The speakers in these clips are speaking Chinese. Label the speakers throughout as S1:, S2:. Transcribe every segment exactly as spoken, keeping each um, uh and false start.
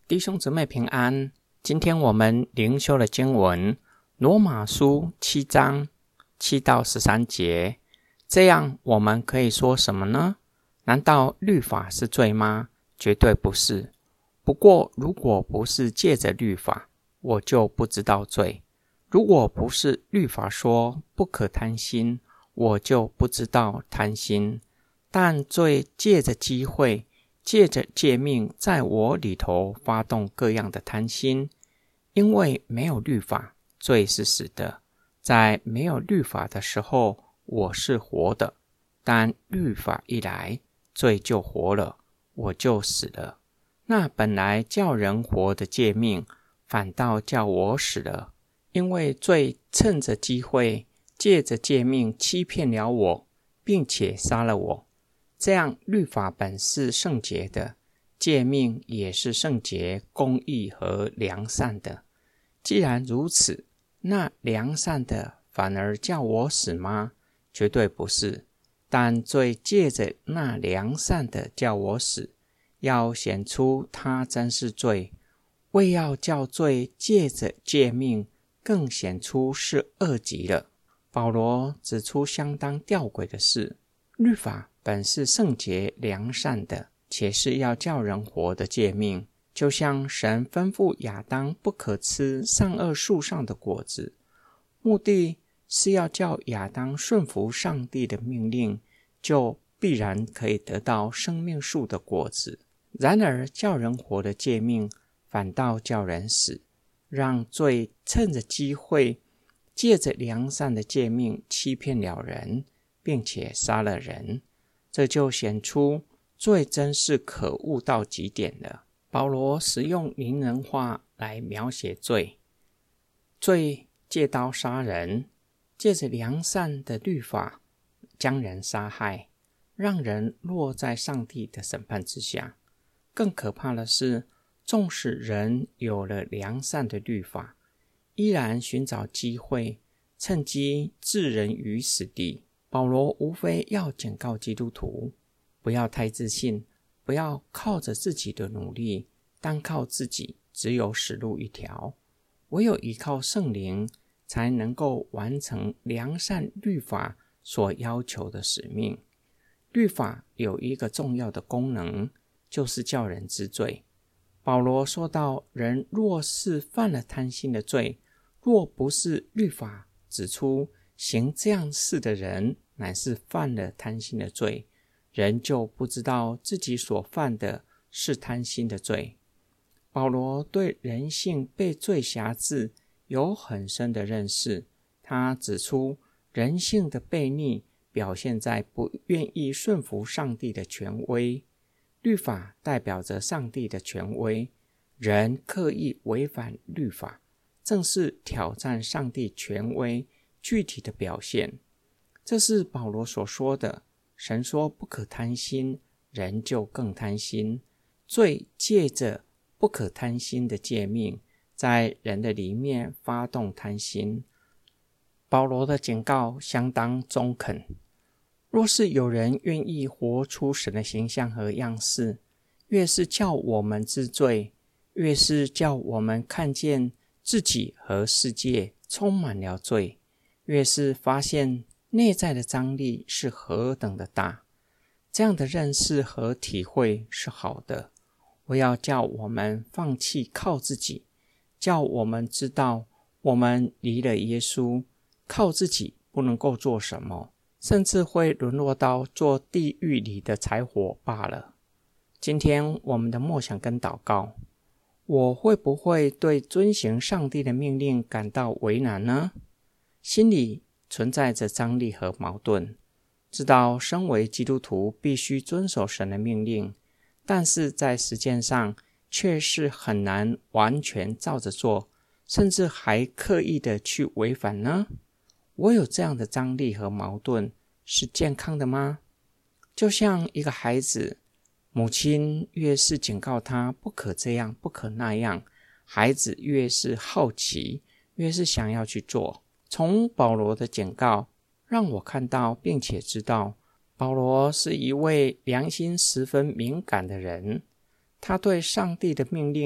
S1: 弟兄姊妹平安，今天我们灵修的经文罗马书七章七到十三节。这样我们可以说什么呢？难道律法是罪吗？绝对不是。不过如果不是借着律法，我就不知道罪。如果不是律法说不可贪心，我就不知道贪心。但罪借着机会，借着诫命在我里头发动各样的贪心。因为没有律法，罪是死的。在没有律法的时候，我是活的。但律法一来，罪就活了，我就死了。那本来叫人活的诫命，反倒叫我死了。因为罪趁着机会，借着诫命欺骗了我，并且杀了我。这样律法本是圣洁的，诫命也是圣洁、公义和良善的。既然如此，那良善的反而叫我死吗？绝对不是。但罪借着那良善的叫我死，要显出他真是罪，为要叫罪借着诫命更显出是恶极了。保罗指出相当吊诡的是，律法本是圣洁良善的，且是要叫人活的诫命，就像神吩咐亚当不可吃善恶树上的果子，目的是要叫亚当顺服上帝的命令，就必然可以得到生命树的果子。然而叫人活的诫命反倒叫人死，让罪趁着机会，借着良善的诫命欺骗了人，并且杀了人。这就显出罪真是可恶到极点了。保罗使用拟人化来描写罪，罪借刀杀人，借着良善的律法将人杀害，让人落在上帝的审判之下。更可怕的是，纵使人有了良善的律法，依然寻找机会，趁机置人于死地。保罗无非要警告基督徒，不要太自信，不要靠着自己的努力，单靠自己只有死路一条。唯有依靠圣灵，才能够完成良善律法所要求的使命。律法有一个重要的功能，就是叫人知罪。保罗说到，人若是犯了贪心的罪，若不是律法指出行这样事的人乃是犯了贪心的罪，人就不知道自己所犯的是贪心的罪。保罗对人性被罪辖制有很深的认识，他指出人性的悖逆表现在不愿意顺服上帝的权威。律法代表着上帝的权威，人刻意违反律法，正是挑战上帝权威具体的表现。这是保罗所说的，神说不可贪心，人就更贪心。罪借着不可贪心的诫命，在人的里面发动贪心。保罗的警告相当中肯，若是有人愿意活出神的形象和样式，越是叫我们知罪，越是叫我们看见自己和世界充满了罪，越是发现内在的张力是何等的大。这样的认识和体会是好的。我要叫我们放弃靠自己，叫我们知道我们离了耶稣，靠自己不能够做什么，甚至会沦落到做地狱里的柴火罢了。今天我们的默想跟祷告，我会不会对遵行上帝的命令感到为难呢？心里存在着张力和矛盾，知道身为基督徒必须遵守神的命令，但是在实践上却是很难完全照着做，甚至还刻意的去违反呢？我有这样的张力和矛盾是健康的吗？就像一个孩子，母亲越是警告他不可这样不可那样，孩子越是好奇，越是想要去做。从保罗的警告让我看到并且知道，保罗是一位良心十分敏感的人，他对上帝的命令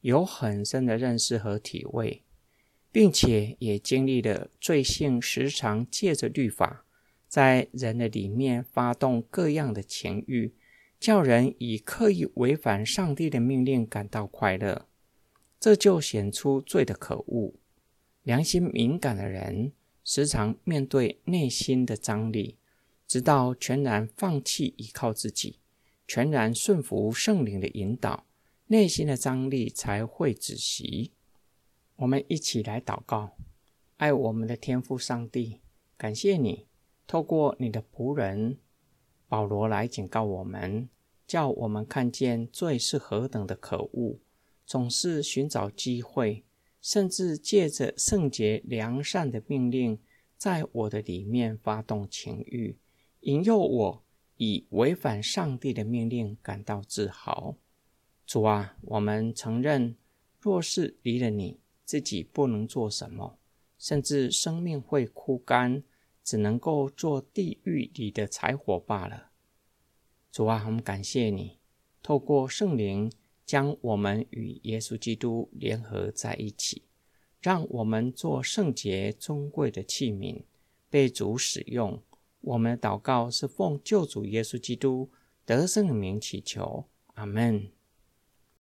S1: 有很深的认识和体味，并且也经历了罪性时常借着律法在人的里面发动各样的情欲，叫人以刻意违反上帝的命令感到快乐，这就显出罪的可恶。良心敏感的人时常面对内心的张力，直到全然放弃依靠自己，全然顺服圣灵的引导，内心的张力才会止息。我们一起来祷告。爱我们的天父上帝，感谢你透过你的仆人保罗来警告我们，叫我们看见罪是何等的可恶，总是寻找机会，甚至借着圣洁良善的命令，在我的里面发动情欲，引诱我以违反上帝的命令感到自豪。主啊，我们承认，若是离了你，自己不能做什么，甚至生命会枯干，只能够做地狱里的柴火罢了。主啊，我们感谢你，透过圣灵将我们与耶稣基督联合在一起，让我们做圣洁尊贵的器皿，被主使用。我们的祷告是奉救主耶稣基督得胜的名祈求，阿们。